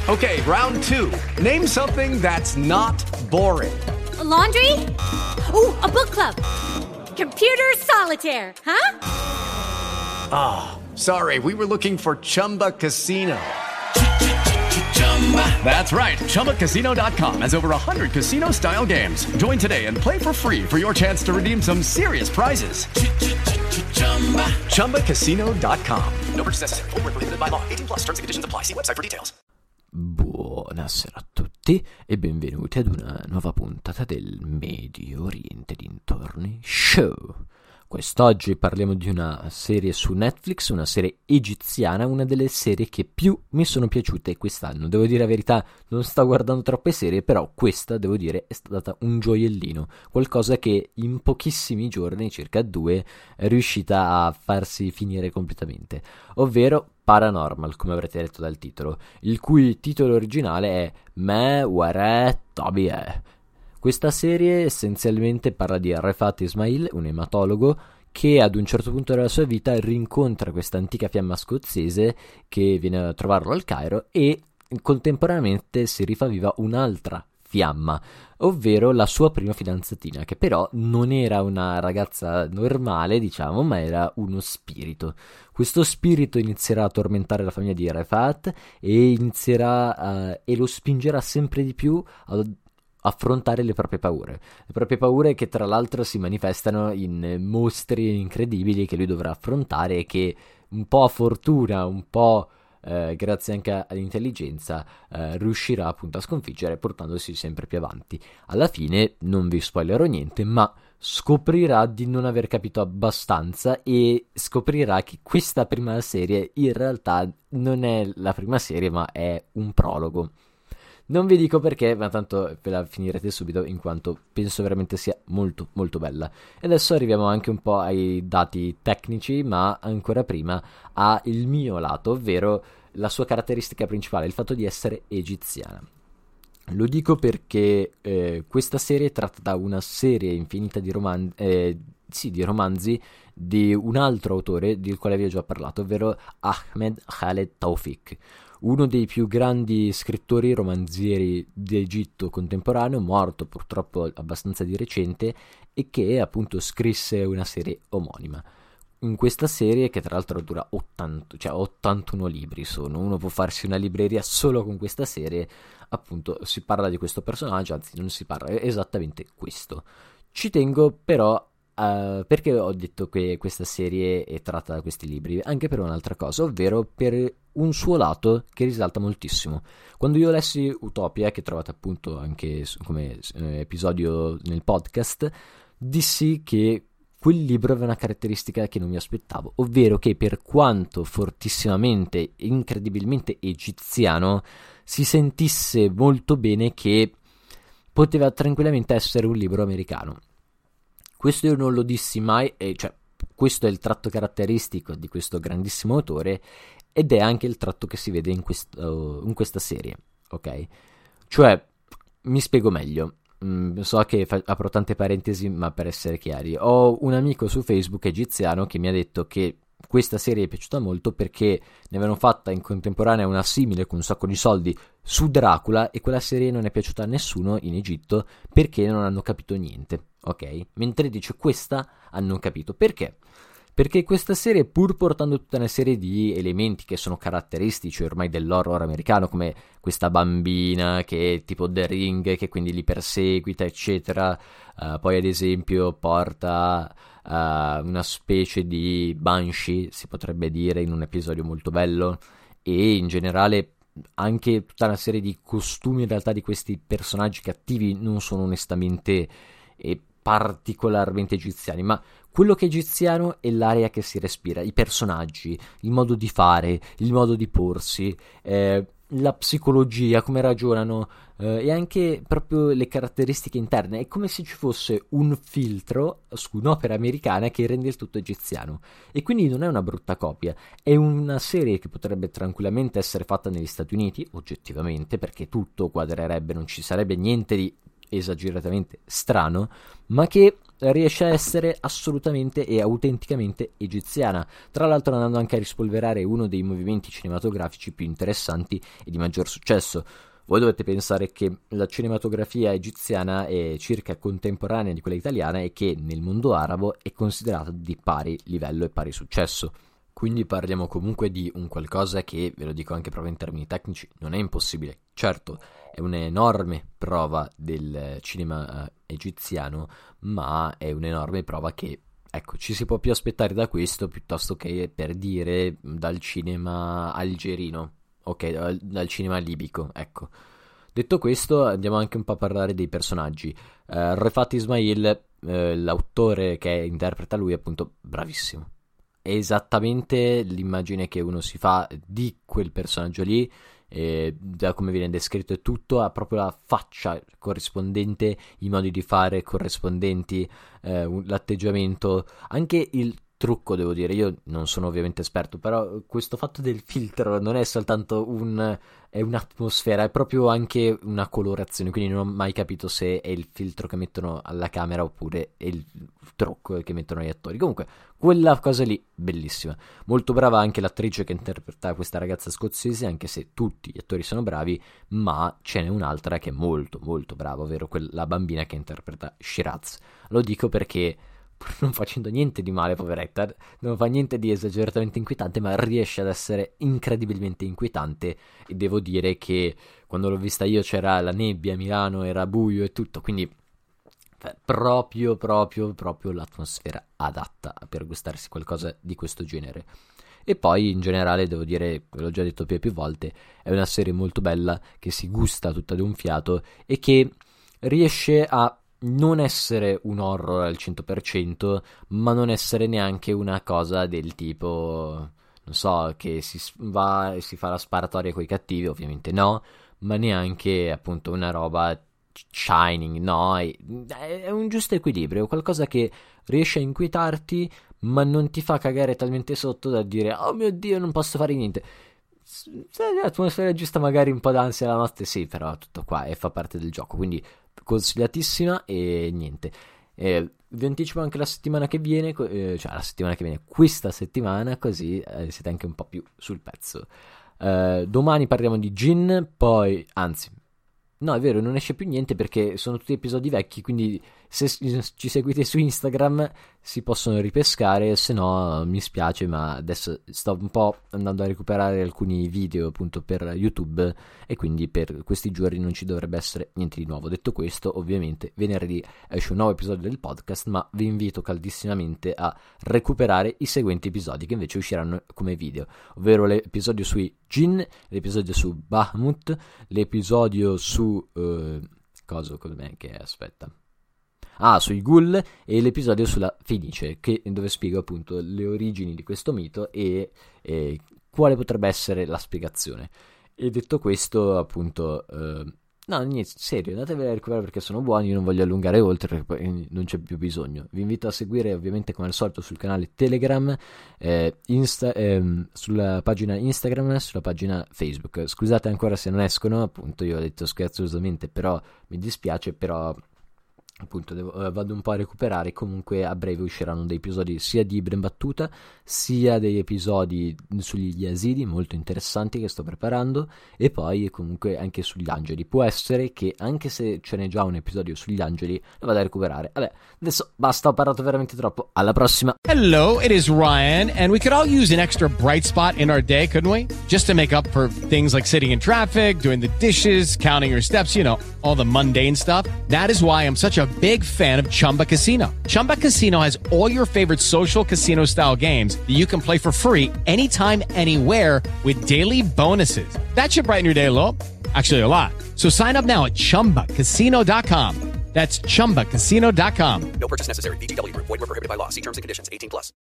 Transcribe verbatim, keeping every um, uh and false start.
Okay, round two. Name something that's not boring. A laundry? Ooh, a book club. Computer solitaire, huh? Ah, oh, sorry, we were looking for Chumba Casino. That's right, Chumba Casino dot com has over one hundred casino-style games. Join today and play for free for your chance to redeem some serious prizes. Chumba Casino dot com. No purchase necessary. Void where prohibited by law. eighteen plus terms and conditions apply. See website for details. Buonasera a tutti e benvenuti ad una nuova puntata del Medio Oriente Dintorni Show. Quest'oggi parliamo di una serie su Netflix, una serie egiziana, una delle serie che più mi sono piaciute quest'anno. Devo dire la verità, non sto guardando troppe serie, però questa, devo dire, è stata un gioiellino, qualcosa che in pochissimi giorni, circa due, è riuscita a farsi finire completamente, ovvero Paranormal, come avrete letto dal titolo, il cui titolo originale è Me Ware Tabie. Questa serie essenzialmente parla di Refat Ismail, un ematologo, che ad un certo punto della sua vita rincontra questa antica fiamma scozzese che viene a trovarlo al Cairo e contemporaneamente si rifaviva un'altra fiamma, ovvero la sua prima fidanzatina, che però non era una ragazza normale, diciamo, ma era uno spirito. Questo spirito inizierà a tormentare la famiglia di Refat e inizierà uh, e lo spingerà sempre di più a affrontare le proprie paure, le proprie paure che tra l'altro si manifestano in mostri incredibili che lui dovrà affrontare e che un po' a fortuna, un po' eh, grazie anche all'intelligenza eh, riuscirà appunto a sconfiggere portandosi sempre più avanti. Alla fine non vi spoilerò niente, ma scoprirà di non aver capito abbastanza e scoprirà che questa prima serie in realtà non è la prima serie ma è un prologo. Non vi dico perché, ma tanto ve la finirete subito, in quanto penso veramente sia molto molto bella. E adesso arriviamo anche un po' ai dati tecnici, ma ancora prima al mio lato, ovvero la sua caratteristica principale, il fatto di essere egiziana. Lo dico perché eh, questa serie tratta da una serie infinita di romanzi, eh, sì, di romanzi di un altro autore del quale vi ho già parlato, ovvero Ahmed Khaled Tawfiq, uno dei più grandi scrittori romanzieri d'Egitto contemporaneo, morto purtroppo abbastanza di recente, e che appunto scrisse una serie omonima. In questa serie, che tra l'altro dura ottanta, cioè ottantuno libri sono, uno può farsi una libreria solo con questa serie, appunto si parla di questo personaggio, anzi non si parla, è esattamente questo. Ci tengo però Uh, perché ho detto che questa serie è tratta da questi libri? Anche per un'altra cosa, ovvero per un suo lato che risalta moltissimo. Quando io lessi Utopia, che trovate appunto anche come eh, episodio nel podcast, dissi che quel libro aveva una caratteristica che non mi aspettavo, ovvero che per quanto fortissimamente, incredibilmente egiziano, si sentisse molto bene che poteva tranquillamente essere un libro americano. Questo io non lo dissi mai, e cioè questo è il tratto caratteristico di questo grandissimo autore ed è anche il tratto che si vede in, questo, in questa serie, ok? Cioè, mi spiego meglio, mm, so che fa- apro tante parentesi, ma per essere chiari, ho un amico su Facebook egiziano che mi ha detto che questa serie è piaciuta molto perché ne avevano fatta in contemporanea una simile con un sacco di soldi su Dracula e quella serie non è piaciuta a nessuno in Egitto perché non hanno capito niente, ok? Mentre dice questa hanno capito. Perché? Perché questa serie, pur portando tutta una serie di elementi che sono caratteristici ormai dell'horror americano, come questa bambina che è tipo The Ring, che quindi li perseguita eccetera, uh, poi ad esempio porta uh, una specie di Banshee, si potrebbe dire, in un episodio molto bello, e in generale anche tutta una serie di costumi in realtà di questi personaggi cattivi non sono onestamente e particolarmente egiziani, ma quello che è egiziano è l'area che si respira, i personaggi, il modo di fare, il modo di porsi, eh, la psicologia, come ragionano, eh, e anche proprio le caratteristiche interne. È come se ci fosse un filtro su un'opera americana che rende il tutto egiziano, e quindi non è una brutta copia, è una serie che potrebbe tranquillamente essere fatta negli Stati Uniti, oggettivamente, perché tutto quadrerebbe, non ci sarebbe niente di esageratamente strano, ma che riesce a essere assolutamente e autenticamente egiziana, tra l'altro andando anche a rispolverare uno dei movimenti cinematografici più interessanti e di maggior successo. Voi dovete pensare che la cinematografia egiziana è circa contemporanea di quella italiana e che nel mondo arabo è considerata di pari livello e pari successo. Quindi parliamo comunque di un qualcosa che, ve lo dico anche proprio in termini tecnici, non è impossibile. Certo, è un'enorme prova del cinema egiziano, ma è un'enorme prova che, ecco, ci si può più aspettare da questo piuttosto che, per dire, dal cinema algerino, ok, dal cinema libico, ecco. Detto questo, andiamo anche un po' a parlare dei personaggi. Uh, Refat Ismail, uh, l'autore che interpreta lui, è appunto bravissimo. È esattamente l'immagine che uno si fa di quel personaggio lì, e da come viene descritto e tutto, ha proprio la faccia corrispondente, i modi di fare corrispondenti, eh, l'atteggiamento, anche il trucco, devo dire. Io non sono ovviamente esperto, però questo fatto del filtro non è soltanto un è un'atmosfera, è proprio anche una colorazione, quindi non ho mai capito se è il filtro che mettono alla camera oppure è il trucco che mettono gli attori. Comunque quella cosa lì bellissima, molto brava anche l'attrice che interpreta questa ragazza scozzese, anche se tutti gli attori sono bravi, ma ce n'è un'altra che è molto molto brava, ovvero quella bambina che interpreta Shiraz. Lo dico perché, non facendo niente di male, poveretta, non fa niente di esageratamente inquietante, ma riesce ad essere incredibilmente inquietante. E devo dire che quando l'ho vista io c'era la nebbia a Milano, era buio e tutto, quindi proprio proprio proprio l'atmosfera adatta per gustarsi qualcosa di questo genere. E poi in generale devo dire, ve l'ho già detto più e più volte, è una serie molto bella che si gusta tutta d'un fiato e che riesce a non essere un horror al cento per cento, ma non essere neanche una cosa del tipo, non so, che si va e si fa la sparatoria coi cattivi, ovviamente no, ma neanche appunto una roba Shining, no, è, è un giusto equilibrio, qualcosa che riesce a inquietarti ma non ti fa cagare talmente sotto da dire oh mio Dio non posso fare niente. Se l'atmosfera è giusta, magari un po' d'ansia la notte, sì, però tutto qua e fa parte del gioco, quindi consigliatissima. E niente, eh, vi anticipo anche la settimana che viene, eh, cioè la settimana che viene, questa settimana, così eh, siete anche un po' più sul pezzo. Eh, domani parliamo di Jin, poi, anzi, no è vero, non esce più niente perché sono tutti episodi vecchi, quindi se ci seguite su Instagram si possono ripescare, se no mi spiace, ma adesso sto un po' andando a recuperare alcuni video appunto per YouTube e quindi per questi giorni non ci dovrebbe essere niente di nuovo. Detto questo, ovviamente venerdì esce un nuovo episodio del podcast, ma vi invito caldissimamente a recuperare i seguenti episodi che invece usciranno come video, ovvero l'episodio sui Jin, l'episodio su Bahamut, l'episodio su uh, cosa com'è che aspetta Ah, sui ghoul, e l'episodio sulla Fenice, che, dove spiego appunto le origini di questo mito e, e quale potrebbe essere la spiegazione. E detto questo, appunto, eh, no, niente, serio, andatevela a recuperare perché sono buoni, io non voglio allungare oltre perché poi non c'è più bisogno. Vi invito a seguire ovviamente come al solito sul canale Telegram, eh, Insta, eh, sulla pagina Instagram, sulla pagina Facebook. Scusate ancora se non escono, appunto io ho detto scherzosamente, però mi dispiace, però appunto devo, eh, vado un po' a recuperare. Comunque a breve usciranno dei episodi sia di Ibn Battuta sia degli episodi sugli Yazidi molto interessanti che sto preparando, e poi comunque anche sugli angeli. Può essere che anche se ce n'è già un episodio sugli angeli lo vado a recuperare. Vabbè, adesso basta, ho parlato veramente troppo, alla prossima. Hello, it is Ryan, and we could all use an extra bright spot in our day, couldn't we? Just to make up for things like sitting in traffic, doing the dishes, counting your steps, you know, all the mundane stuff. That is why I'm such a big fan of Chumba Casino. Chumba Casino has all your favorite social casino style games that you can play for free anytime, anywhere with daily bonuses. That should brighten your day a little. Actually, a lot. So sign up now at chumba casino dot com. That's chumba casino dot com. No purchase necessary. V G W Group. Void where prohibited by law. See terms and conditions. eighteen plus.